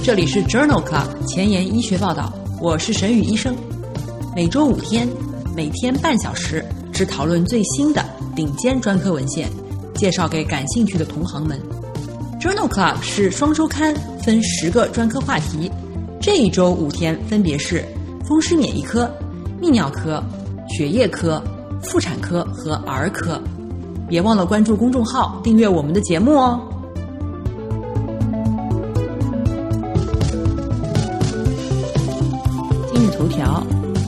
这里是 Journal Club 前沿医学报道，我是沈宇医生。每周5天，每天半小时，只讨论最新的顶尖专科文献，介绍给感兴趣的同行们。Journal Club 是双周刊，分10个专科话题。这一周5天分别是风湿免疫科、泌尿科、血液科、妇产科和儿科。别忘了关注公众号，订阅我们的节目哦。今日头条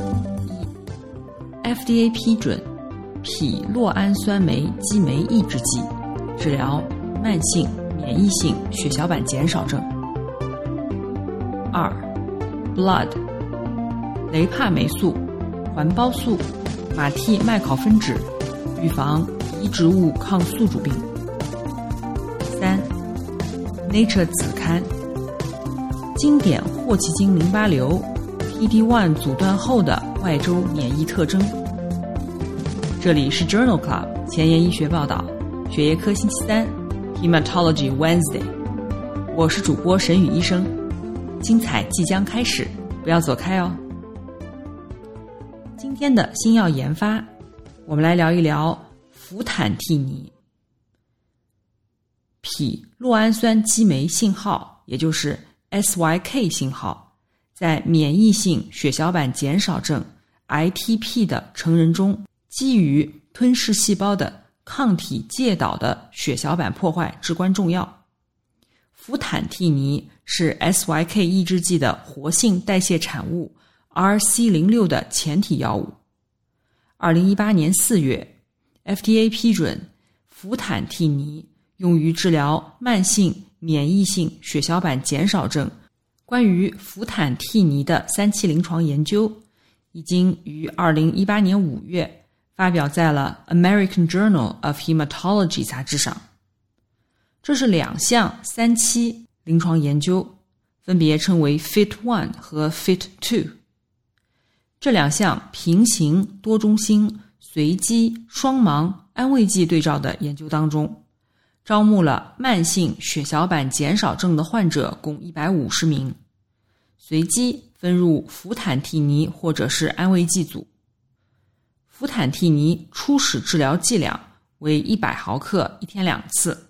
：FDA 批准匹洛氨酸酶激酶抑制剂，治疗慢性免疫性血小板减少症。2. Blood 雷帕霉素、环孢素、马替麦考芬酯，预防移植物抗宿主病。3. Nature 子刊经典霍奇金淋巴瘤 PD-1 阻断后的外周免疫特征。这里是 Journal Club 前沿医学报道，血液科星期三 Hematology Wednesday， 我是主播沈宇医生，精彩即将开始，不要走开哦。今天的新药研发，我们来聊一聊福坦替尼。匹洛氨酸激酶信号，也就是 SYK 信号，在免疫性血小板减少症 ITP 的成人中，基于吞噬细胞的抗体介导的血小板破坏至关重要。福坦替尼是 SYK 抑制剂的活性代谢产物 RC06 的前体药物。2018年4月FDA 批准福坦替尼用于治疗慢性免疫性血小板减少症。关于福坦替尼的3期临床研究已经于2018年5月发表在了 American Journal of Hematology 杂志上。这是2项3期临床研究，分别称为 FIT1 和 FIT2。这2项平行多中心随机双盲安慰剂对照的研究当中，招募了慢性血小板减少症的患者共150名，随机分入福坦替尼或者是安慰剂组。福坦替尼初始治疗剂量为100毫克1天2次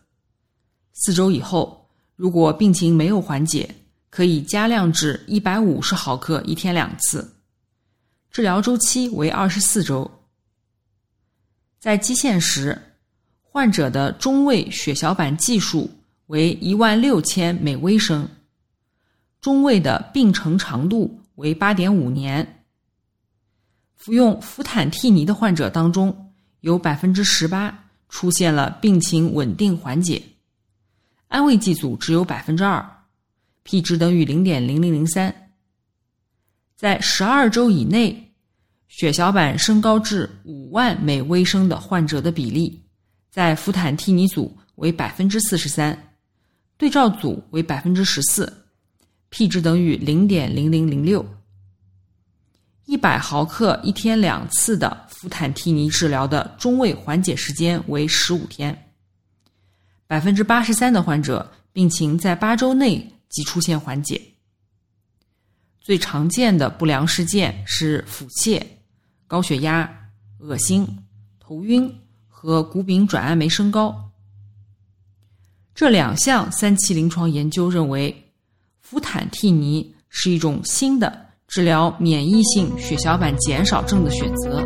，4周以后，如果病情没有缓解，可以加量至150毫克1天2次，治疗周期为24周。在基线时，患者的中位血小板计数为16000每微升，中位的病程长度为 8.5 年。服用福坦替尼的患者当中，有 18% 出现了病情稳定缓解，安慰剂组只有 2%， P 值等于 0.0003。 在12周以内，血小板升高至5万每微升的患者的比例，在福坦替尼组为 43%， 对照组为 14%， P 值等于 0.0006。 100毫克1天2次的福坦替尼治疗的中位缓解时间为15天， 83% 的患者病情在8周内即出现缓解。最常见的不良事件是腹泻、高血压、恶心、头晕和谷丙转氨酶升高。这2项3期临床研究认为，福坦替尼是一种新的治疗免疫性血小板减少症的选择。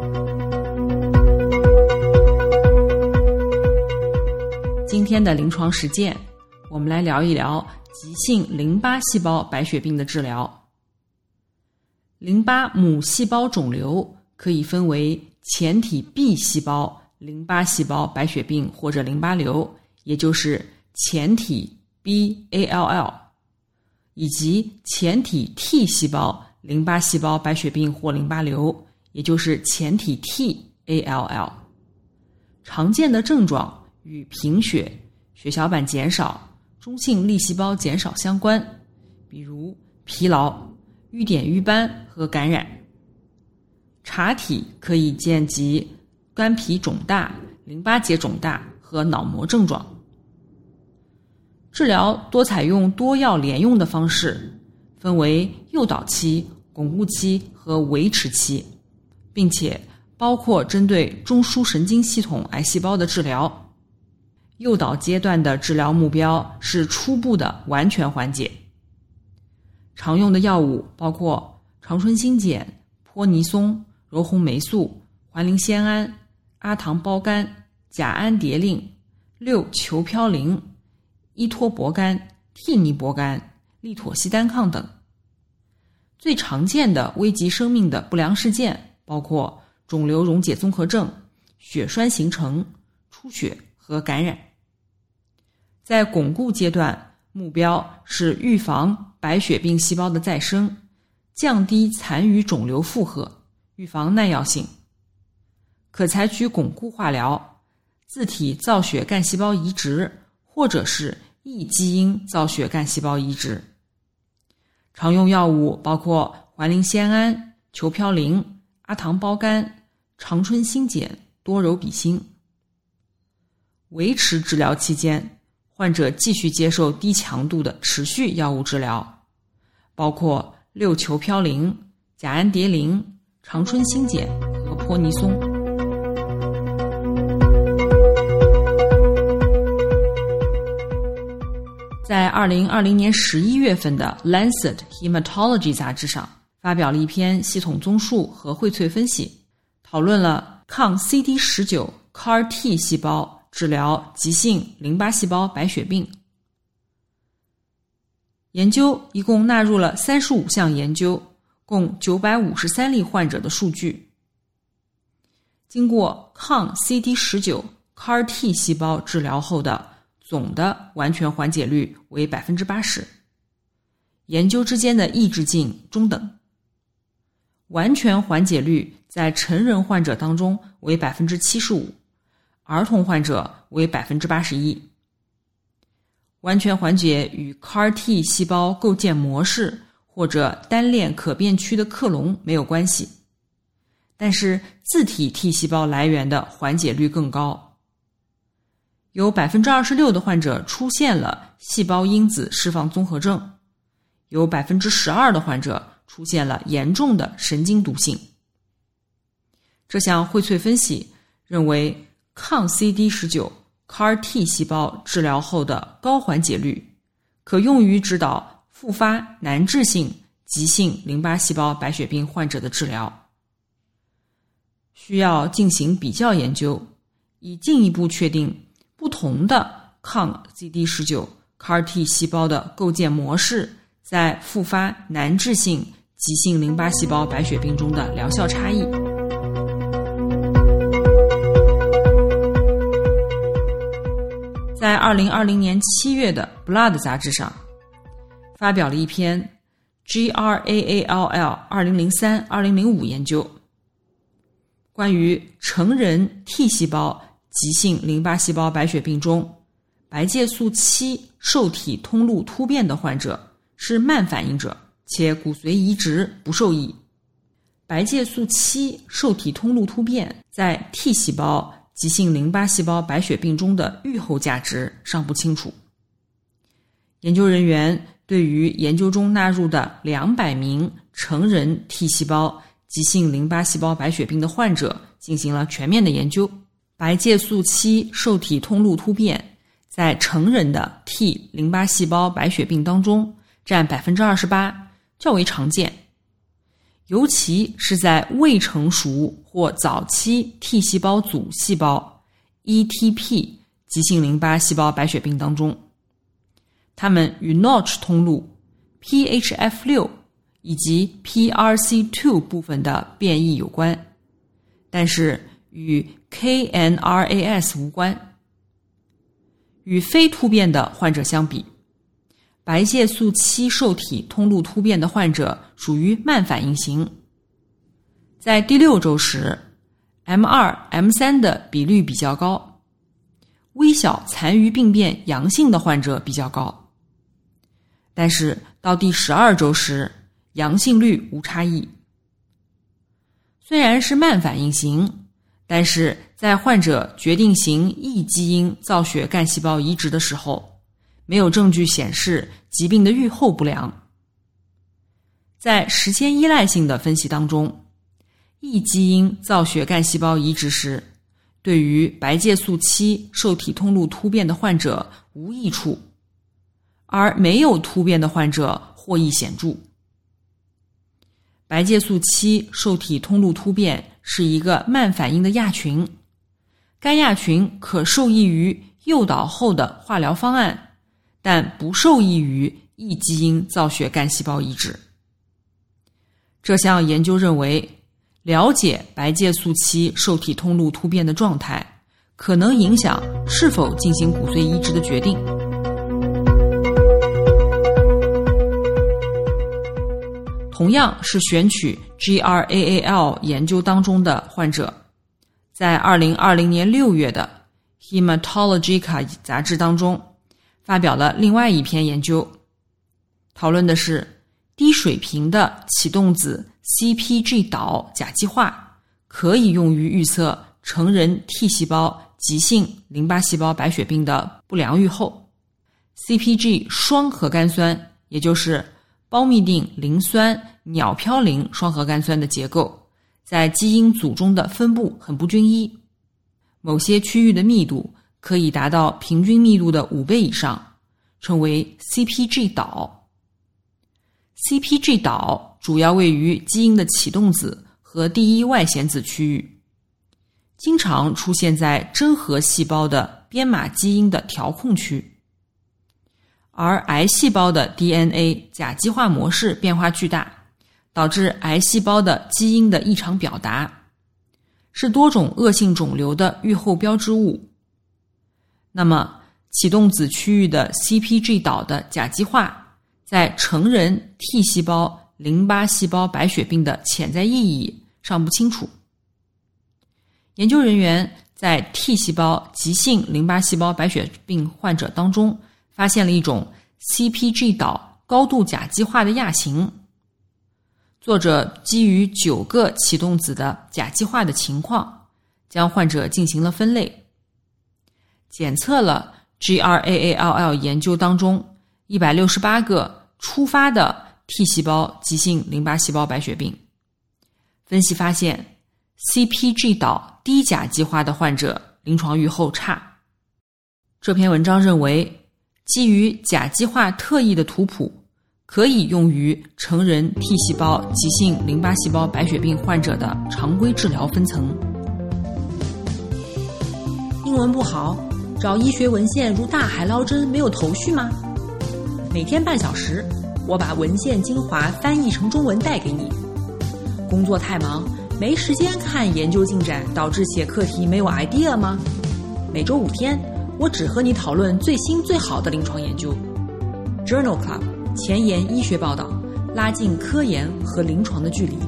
今天的临床实践，我们来聊一聊急性淋巴细胞白血病的治疗。淋巴母细胞肿瘤可以分为前体 B 细胞淋巴细胞白血病或者淋巴瘤，也就是前体 BALL， 以及前体 T 细胞淋巴细胞白血病或淋巴瘤，也就是前体 TALL。 常见的症状与贫血、血小板减少、中性粒细胞减少相关，比如疲劳、瘀点瘀斑和感染。查体可以见及肝脾肿大、淋巴结肿大和脑膜症状。 治疗多采用多药联用的方式，分为诱导期、巩固期和维持期，并且包括针对中枢神经系统癌细胞的治疗。诱导阶段的治疗目标是初步的完全缓解。常用的药物包括长春新碱、泼尼松、柔红霉素、环磷酰胺、阿糖胞苷、甲胺蝶呤、6-球嘌呤、依托泊苷、替尼泊苷、利妥昔单抗等。最常见的危及生命的不良事件包括肿瘤溶解综合症、血栓形成、出血和感染。在巩固阶段，目标是预防白血病细胞的再生，降低残余肿瘤负荷，预防耐药性。可采取巩固化疗、自体造血干细胞移植或者是异基因造血干细胞移植。常用药物包括环磷酰胺、球嘌呤、阿糖胞苷、长春新碱、多柔比星。维持治疗期间，患者继续接受低强度的持续药物治疗，包括6-球嘌呤、甲胺蝶呤、长春新碱和泼尼松。在2020年11月份的 Lancet Hematology 杂志上发表了一篇系统综述和荟萃分析，讨论了抗 CD19 CAR T 细胞治疗急性淋巴细胞白血病。研究一共纳入了35项研究，共953例患者的数据。经过抗 CD19 CAR T 细胞治疗后的总的完全缓解率为 80%， 研究之间的抑制径中等。完全缓解率在成人患者当中为 75%， 儿童患者为 81%。 完全缓解与 CAR T 细胞构建模式或者单链可变区的克隆没有关系，但是自体 T 细胞来源的缓解率更高。有 26% 的患者出现了细胞因子释放综合症，有 12% 的患者出现了严重的神经毒性。这项荟萃分析认为，抗 CD19 CAR T 细胞治疗后的高缓解率可用于指导复发难治性急性淋巴细胞白血病患者的治疗。需要进行比较研究，以进一步确定不同的抗 CD19 CAR T 细胞的构建模式在复发难治性急性淋巴细胞白血病中的疗效差异。在2020年7月的 Blood 杂志上发表了一篇 GRAALL 2003-2005 研究，关于成人 T 细胞急性淋巴细胞白血病中白介素7受体通路突变的患者是慢反应者，且骨髓移植不受益。白介素7受体通路突变在 T 细胞急性淋巴细胞白血病中的预后价值尚不清楚。研究人员对于研究中纳入的200名成人 T 细胞急性淋巴细胞白血病的患者进行了全面的研究。白介素7受体通路突变在成人的 T 淋巴细胞白血病当中占 28%， 较为常见，尤其是在未成熟或早期 T 细胞组细胞 ETP 急性淋巴细胞白血病当中，它们与 Notch 通路、PHF6 以及 PRC2 部分的变异有关，但是与 KNRAS 无关。与非突变的患者相比，白介素7受体通路突变的患者属于慢反应型。在第6周时 M2、M3 的比率比较高，微小残余病变阳性的患者比较高，但是到第12周时阳性率无差异。虽然是慢反应型，但是在患者决定行异基因造血干细胞移植的时候， 没有证据显示疾病的预后不良。在时间依赖性的分析当中，异基因造血干细胞移植时，对于白介素7受体通路突变的患者无益处，而没有突变的患者获益显著。白介素7受体通路突变是一个慢反应的亚群，该亚群可受益于诱导后的化疗方案，但不受益于异基因造血干细胞移植。这项研究认为，了解白介素7受体通路突变的状态，可能影响是否进行骨髓移植的决定。同样是选取 GRAAL 研究当中的患者，在2020年6月的 Hematologica 杂志当中发表了另外一篇研究，讨论的是低水平的启动子 CpG 导甲基化可以用于预测成人 T 细胞急性淋巴细胞白血病的不良预后。 CpG 双核苷酸，也就是胞嘧啶磷酸鸟嘌呤双核苷酸的结构在基因组中的分布很不均一，某些区域的密度可以达到平均密度的5倍以上，称为 CpG 导。CpG 导主要位于基因的启动子和第一外显子区域，经常出现在真核细胞的编码基因的调控区，而癌细胞的 DNA 甲基化模式变化巨大，导致癌细胞的基因的异常表达，是多种恶性肿瘤的预后标志物。那么启动子区域的 CpG 导的甲基化在成人 T 细胞淋巴细胞白血病的潜在意义尚不清楚。研究人员在 T 细胞急性淋巴细胞白血病患者当中发现了一种 CpG 导高度甲基化的亚型。作者基于9个启动子的甲基化的情况，将患者进行了分类，检测了 GRAAL 研究当中168个初发的 T 细胞急性淋巴细胞白血病。分析发现 CpG 导低甲基化的患者临床预后差。这篇文章认为，基于甲基化特异的图谱可以用于成人 T 细胞急性淋巴细胞白血病患者的常规治疗分层。 英文不好，找医学文献如大海捞针，没有头绪吗？每天半小时，我把文献精华翻译成中文带给你。工作太忙，没时间看研究进展，导致写课题没有 idea 吗？每周5天，我只和你讨论最新最好的临床研究。Journal Club 前沿医学报道，拉近科研和临床的距离。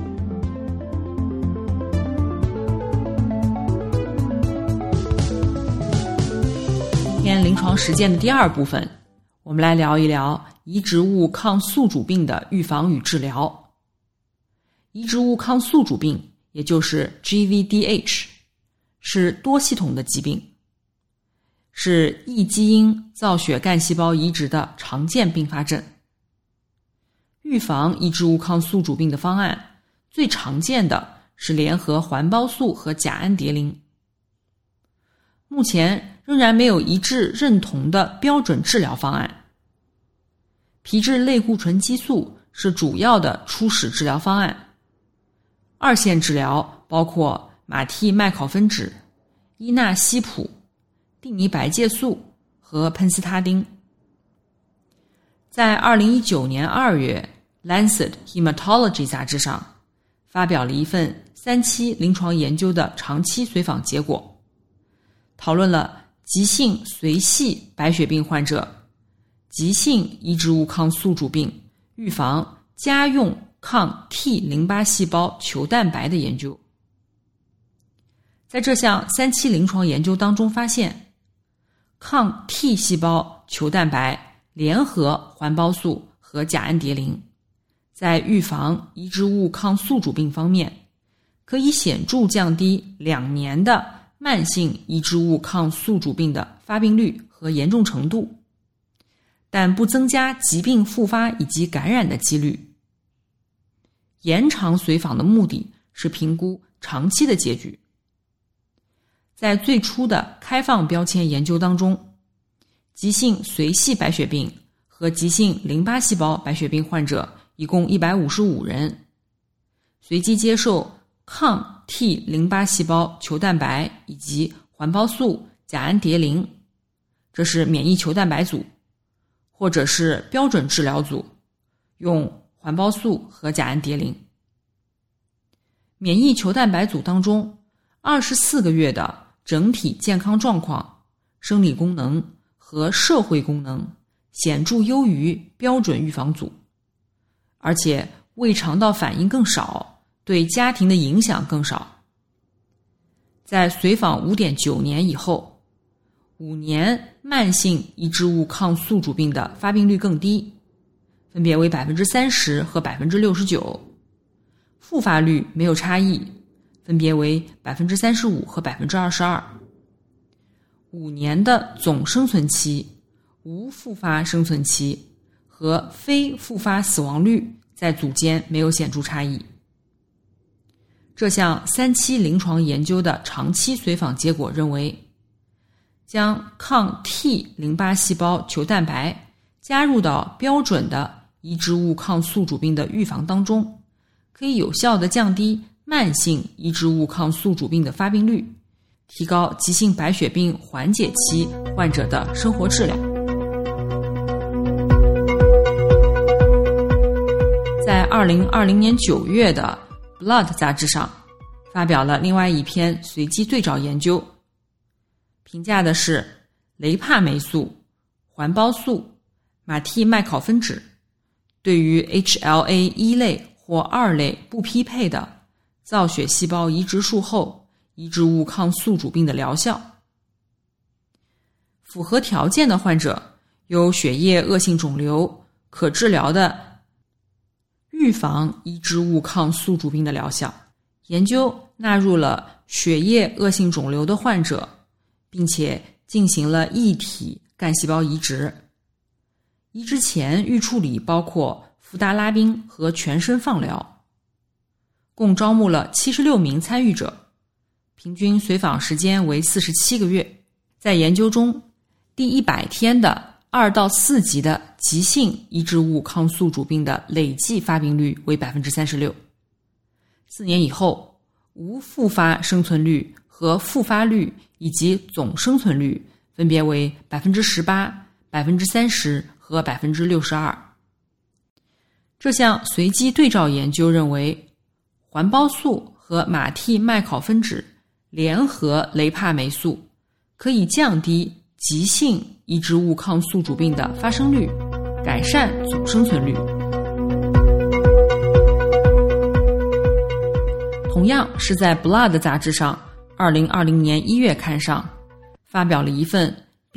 今天临床实践的第2部分，我们来聊一聊移植物抗宿主病的预防与治疗。移植物抗宿主病，也就是 GVDH， 是多系统的疾病，是异基因造血干细胞移植的常见并发症。预防移植物抗宿主病的方案，最常见的是联合环孢素和甲氨蝶呤。目前仍然没有一致认同的标准治疗方案。皮质类固醇激素是主要的初始治疗方案。2线治疗包括马替麦考芬酯、伊纳西普、定尼白介素和喷斯他汀。在2019年2月 Lancet Hematology 杂志上发表了一份3期临床研究的长期随访结果，讨论了急性髓系白血病患者急性移植物抗宿主病预防家用抗 T 淋巴细胞球蛋白的研究。在这项3期临床研究当中发现，抗 T 细胞球蛋白联合环孢素和甲氨蝶呤在预防移植物抗宿主病方面可以显著降低2年的慢性移植物抗宿主病的发病率和严重程度， 但不增加疾病复发以及感染的几率。延长随访的目的是评估长期的结局。在最初的开放标签研究当中，急性髓系白血病和急性淋巴细胞白血病患者一共155人，随机接受抗 T 淋巴细胞球蛋白以及环孢素、甲氨蝶呤，这是免疫球蛋白组，或者是标准治疗组，用环孢素和甲氨蝶呤。免疫球蛋白组当中，24个月的整体健康状况、生理功能和社会功能显著优于标准预防组，而且胃肠道反应更少，对家庭的影响更少。在随访 5.9 年以后，5年慢性移植物抗宿主病的发病率更低，分别为 30% 和 69%， 复发率没有差异，分别为 35% 和 22%。 5年的总生存期、无复发生存期和非复发死亡率在组间没有显著差异。这项3期临床研究的长期随访结果认为，将抗 T 淋巴细胞球蛋白加入到标准的移植物抗宿主病的预防当中，可以有效地降低慢性移植物抗宿主病的发病率，提高急性白血病缓解期患者的生活质量。在2020年9月的 Blood 杂志上发表了另外一篇随机对照研究，评价的是雷帕霉素、环孢素、马替麦考芬酯对于 HLA-1 类或2类不匹配的造血细胞移植术后移植物抗宿主病的疗效。符合条件的患者有血液恶性肿瘤，可治疗的预防移植物抗宿主病的疗效。研究纳入了血液恶性肿瘤的患者，并且进行了异体干细胞移植。移植前预处理包括福达拉宾和全身放疗，共招募了76名参与者，平均随访时间为47个月。在研究中，第100天的2到4级的急性移植物抗宿主病的累计发病率为 36%。 4年以后，无复发生存率和复发率以及总生存率分别为 18%、30% 和 62%。 这项随机对照研究认为，环孢素和马替麦考芬酯联合雷帕霉素可以降低急性移植物抗宿主病的发生率，改善总生存率。同样是在 Blood 杂志上2020年1月刊上发表了一份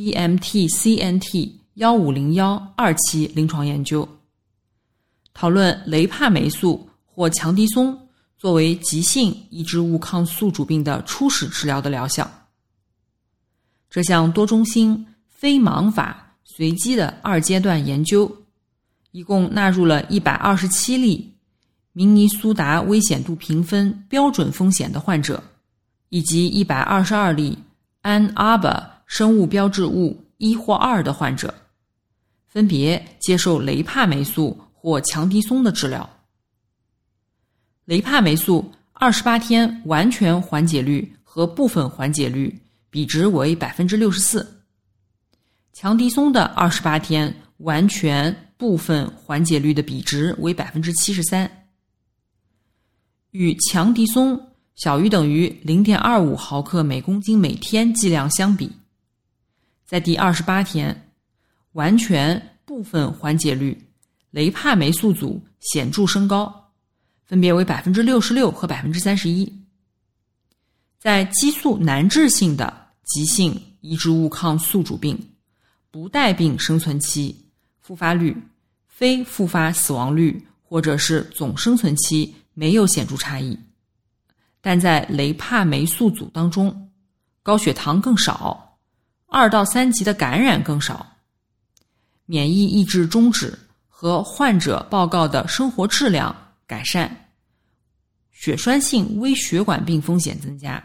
BMT-CNT15012 期临床研究，讨论雷帕霉素或强敌松作为急性移植物抗宿主病的初始治疗的疗效。这项多中心非盲法随机的2阶段研究，一共纳入了127例明尼苏达危险度评分标准风险的患者，以及122例安阿巴生物标志物1或2的患者，分别接受雷帕霉素或强敌松的治疗。雷帕霉素28天完全缓解率和部分缓解率比值为 64%， 强敌松的28天完全部分缓解率的比值为 73%。 与强敌松小于等于 0.25 毫克每公斤每天剂量相比，在第28天完全部分缓解率雷帕霉素组显著升高，分别为 66% 和 31%。 在激素难治性的急性移植物抗宿主病、不带病生存期、复发率、非复发死亡率或者是总生存期没有显著差异，但在雷帕霉素组当中，高血糖更少，2到3级的感染更少， 免疫抑制终止和患者报告的生活质量改善，血栓性微血管病风险增加。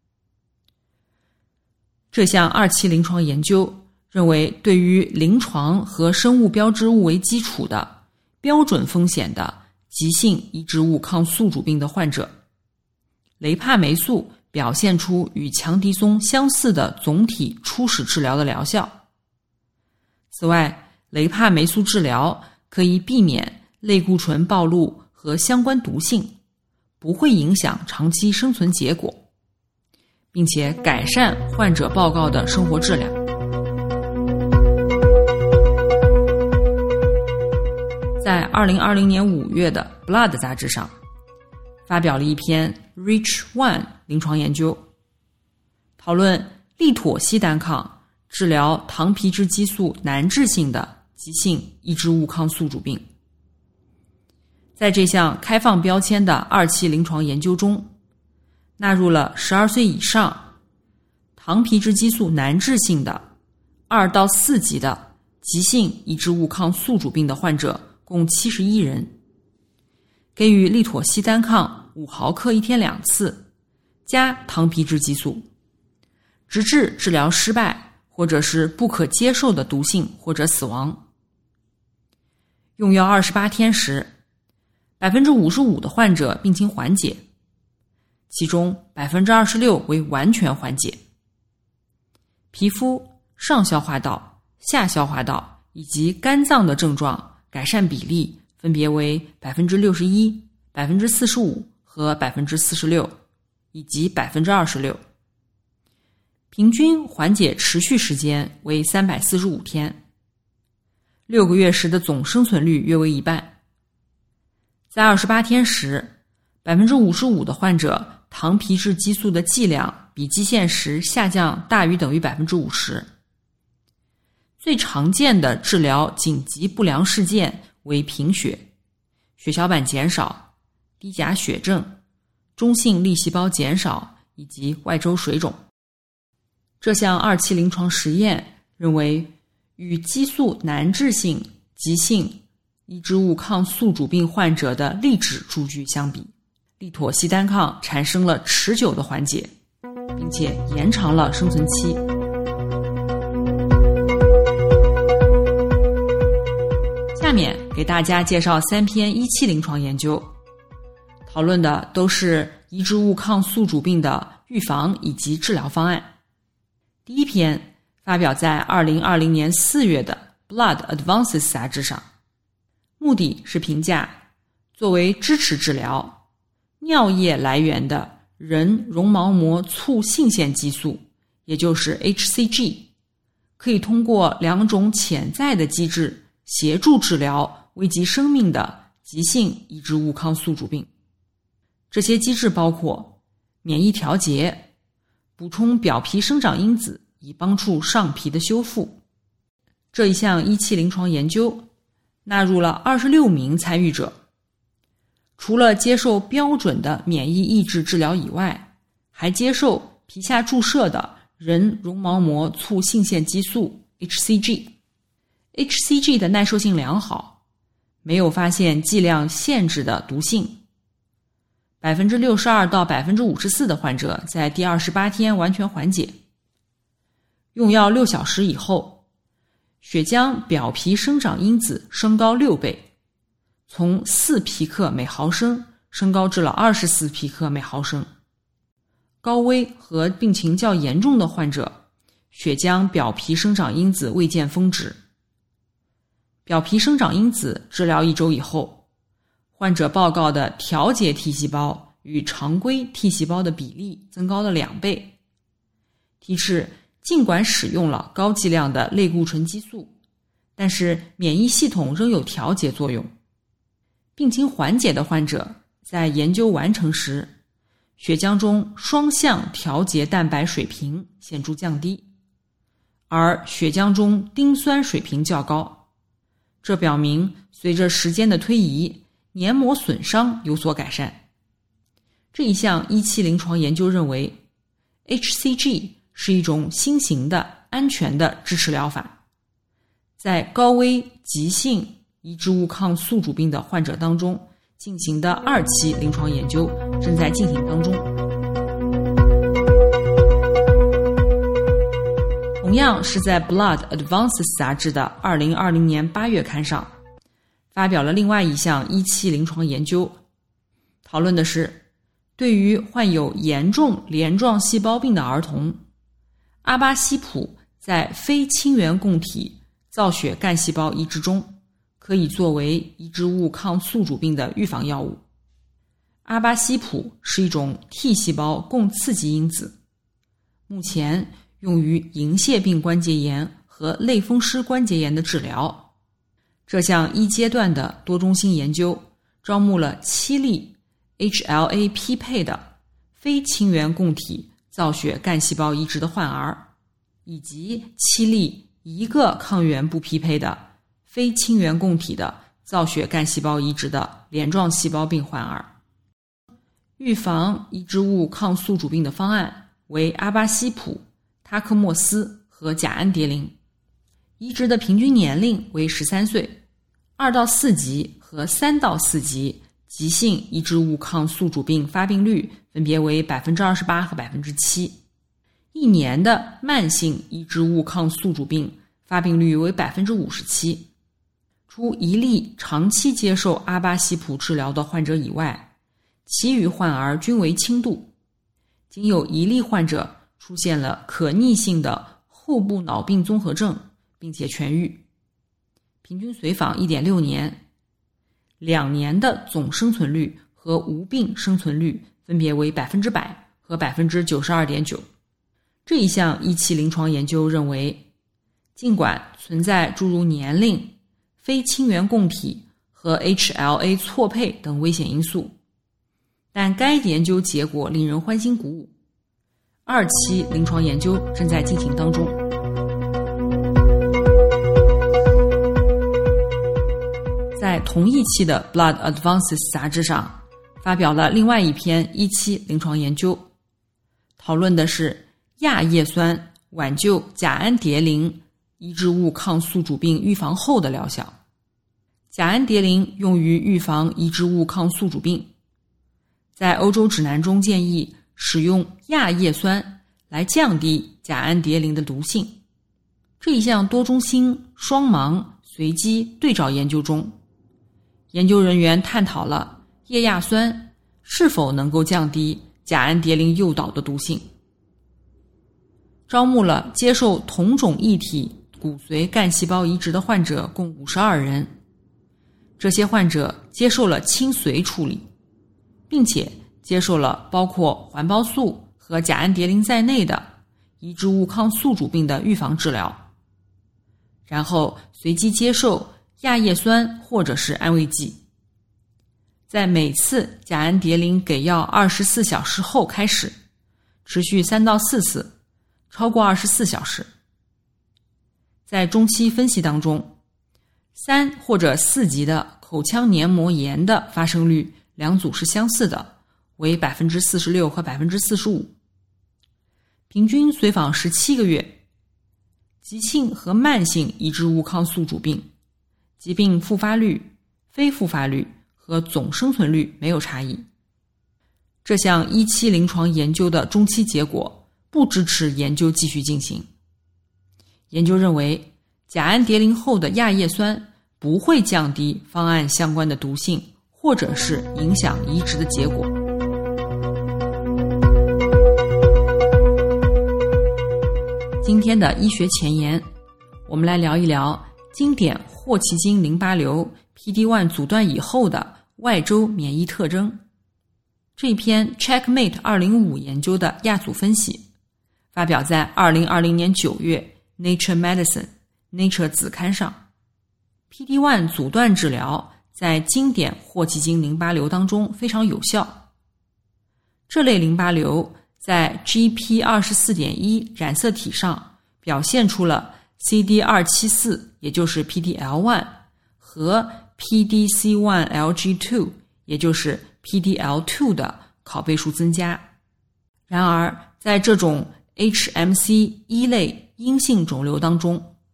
这项2期临床研究认为，对于临床和生物标志物为基础的标准风险的急性移植物抗宿主病的患者，雷帕霉素表现出与强敌松相似的总体初始治疗的疗效。此外，雷帕霉素治疗可以避免类固醇暴露和相关毒性，不会影响长期生存结果，并且改善患者报告的生活质量。在2020年5月的 Blood 杂志上发表了一篇 REACH1 临床研究，讨论利妥昔单抗治疗糖皮质激素难治性的急性抑制物抗宿主病。在这项开放标签的2期临床研究中，纳入了12岁以上糖皮质激素难治性的2到4级的急性抑制物抗宿主病的患者共71人，给予利妥昔单抗5毫克1天2次加糖皮质激素，直至治疗失败或者是不可接受的毒性或者死亡。用药28天时，55%的患者病情缓解，其中26%为完全缓解。皮肤、上消化道、下消化道以及肝脏的症状改善比例分别为 61%、45% 和 46%， 以及 26%。平均缓解持续时间为345天，6个月时的总生存率约为一半。在28天时，55%的患者糖皮质激素的剂量比基线时下降大于等于 50%。最常见的治疗紧急不良事件为贫血、血小板减少、低钾血症、中性粒细胞减少以及外周水肿。这项2期临床实验认为，与激素难治性急性抑制物抗宿主病患者的例指数据相比，利妥昔单抗产生了持久的缓解，并且延长了生存期。下面给大家介绍3篇1期临床研究，讨论的都是移植物抗宿主病的预防以及治疗方案。第一篇发表在2020年4月的 Blood Advances 杂志上，目的是评价作为支持治疗尿液来源的人绒毛膜促性腺激素，也就是 HCG， 可以通过2种潜在的机制协助治疗危及生命的急性抑制物抗宿主病。这些机制包括免疫调节、补充表皮生长因子以帮助上皮的修复。这一项1期临床研究纳入了26名参与者，除了接受标准的免疫抑制治疗以外，还接受皮下注射的人绒毛膜促性腺激素 HCG。HCG 的耐受性良好，没有发现剂量限制的毒性。62%到54%的患者在第28天完全缓解。用药6小时以后，血浆表皮生长因子升高6倍，从4皮克每毫升升高至了24皮克每毫升。高危和病情较严重的患者，血浆表皮生长因子未见峰值。表皮生长因子治疗1周以后，患者报告的调节 T 细胞与常规 T 细胞的比例增高了2倍，提示尽管使用了高剂量的类固醇激素，但是免疫系统仍有调节作用。病情缓解的患者在研究完成时，血浆中双向调节蛋白水平显著降低，而血浆中丁酸水平较高。这表明随着时间的推移，黏膜损伤有所改善。这一项1期临床研究认为， HCG 是一种新型的安全的支持疗法， 在高危急性移植物抗宿主病的患者当中进行的2期临床研究正在进行当中。同样是在 Blood Advances 杂志的2020年8月刊上发表了另外一项1期临床研究，讨论的是对于患有严重镰状细胞病的儿童，阿巴西普在非亲缘供体造血干细胞移植中可以作为移植物抗宿主病的预防药物。阿巴西普是一种 T 细胞共刺激因子，目前用于银屑病关节炎和类风湿关节炎的治疗。这项1阶段的多中心研究招募了7例 HLA 匹配的非亲缘供体造血干细胞移植的患儿，以及7例1个抗原不匹配的非亲缘供体的造血干细胞移植的镰状细胞病患儿。预防移植物抗宿主病的方案为阿巴西普、他克莫斯和甲氨蝶呤。移植的平均年龄为13岁，2到4级和3到4级急性移植物抗宿主病发病率分别为 28% 和 7%。1年的慢性移植物抗宿主病发病率为 57%。除1例长期接受阿巴西普治疗的患者以外，其余患儿均为轻度。仅有1例患者出现了可逆性的后部脑病综合症，并且痊愈。平均随访 1.6 年，2年的总生存率和无病生存率分别为 100% 和 92.9%。这一项1期临床研究认为，尽管存在诸如年龄、非亲缘供体和 HLA 错配等危险因素，但该研究结果令人欢欣鼓舞。2期临床研究正在进行当中。在同一期的 Blood Advances 杂志上发表了另外一篇1期临床研究，讨论的是亚叶酸挽救甲氨蝶呤移植物抗宿主病预防后的疗效。甲氨蝶呤用于预防移植物抗宿主病，在欧洲指南中建议使用亚叶酸来降低甲氨蝶呤的毒性。这一项多中心双盲随机对照研究中，研究人员探讨了叶亚酸是否能够降低甲氨蝶呤诱导的毒性。招募了接受同种异体骨髓干细胞移植的患者共52人，这些患者接受了清髓处理，并且接受了包括环孢素和甲氨蝶呤在内的移植物抗宿主病的预防治疗，然后随机接受亚叶酸或者是安慰剂。在每次甲氨蝶呤给药24小时后开始，持续3到4次，超过24小时。在中期分析当中，3或者4级的口腔黏膜炎的发生率两组是相似的，为 46% 和 45%。 平均随访17个月。急性和慢性移植物抗宿主病疾病复发率、非复发率和总生存率没有差异。这项1期临床研究的中期结果不支持研究继续进行。研究认为，甲氨蝶呤后的亚叶酸不会降低方案相关的毒性，或者是影响移植的结果。今天的医学前沿，我们来聊一聊经典霍奇金淋巴瘤 PD-1 阻断以后的外周免疫特征。这一篇 Checkmate 205研究的亚组分析发表在2020年9月 Nature Medicine Nature 子刊上。 PD-1 阻断治疗在经典霍奇金淋巴瘤当中非常有效。这类淋巴瘤在 GP24.1 染色体上表现出了 CD274 也就是 PDL1 和 PDC1LG2 也就是 PDL2 的拷贝数增加。然而在这种 HMC 1类阴性肿瘤当中，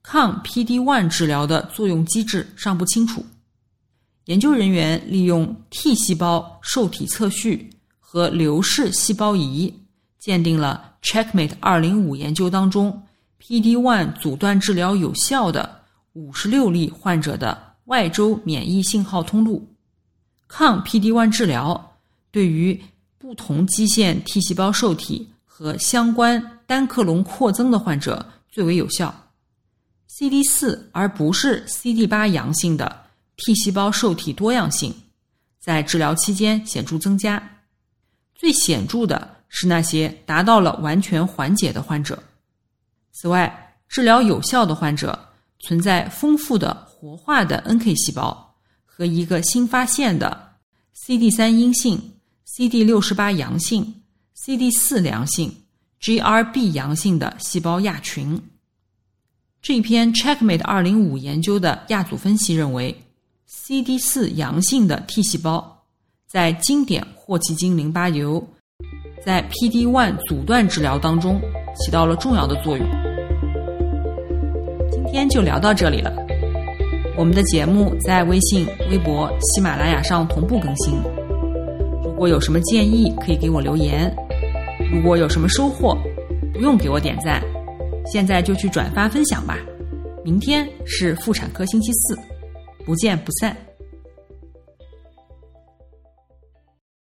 抗 PD-1 治疗的作用机制尚不清楚。研究人员利用 T 细胞受体测序和流式细胞仪，鉴定了 CheckMate 205研究当中 PD-1 阻断治疗有效的56例患者的外周免疫信号通路。抗 PD-1 治疗对于不同基线 T 细胞受体和相关单克隆扩增的患者最为有效。CD4 而不是 CD8 阳性的 T 细胞受体多样性在治疗期间显著增加，最显著的是那些达到了完全缓解的患者。此外，治疗有效的患者存在丰富的活化的 NK 细胞和一个新发现的 CD3 阴性、CD68 阳性、CD4 良性、GRB 阳性的细胞亚群。这一篇 CheckMate 205研究的亚组分析认为， CD4 阳性的 T 细胞在经典霍奇金淋巴瘤在 PD-1 阻断治疗当中起到了重要的作用。今天就聊到这里了，我们的节目在微信、微博、喜马拉雅上同步更新。如果有什么建议可以给我留言，如果有什么收获不用给我点赞，现在就去转发分享吧。明天是妇产科星期4，不见不散。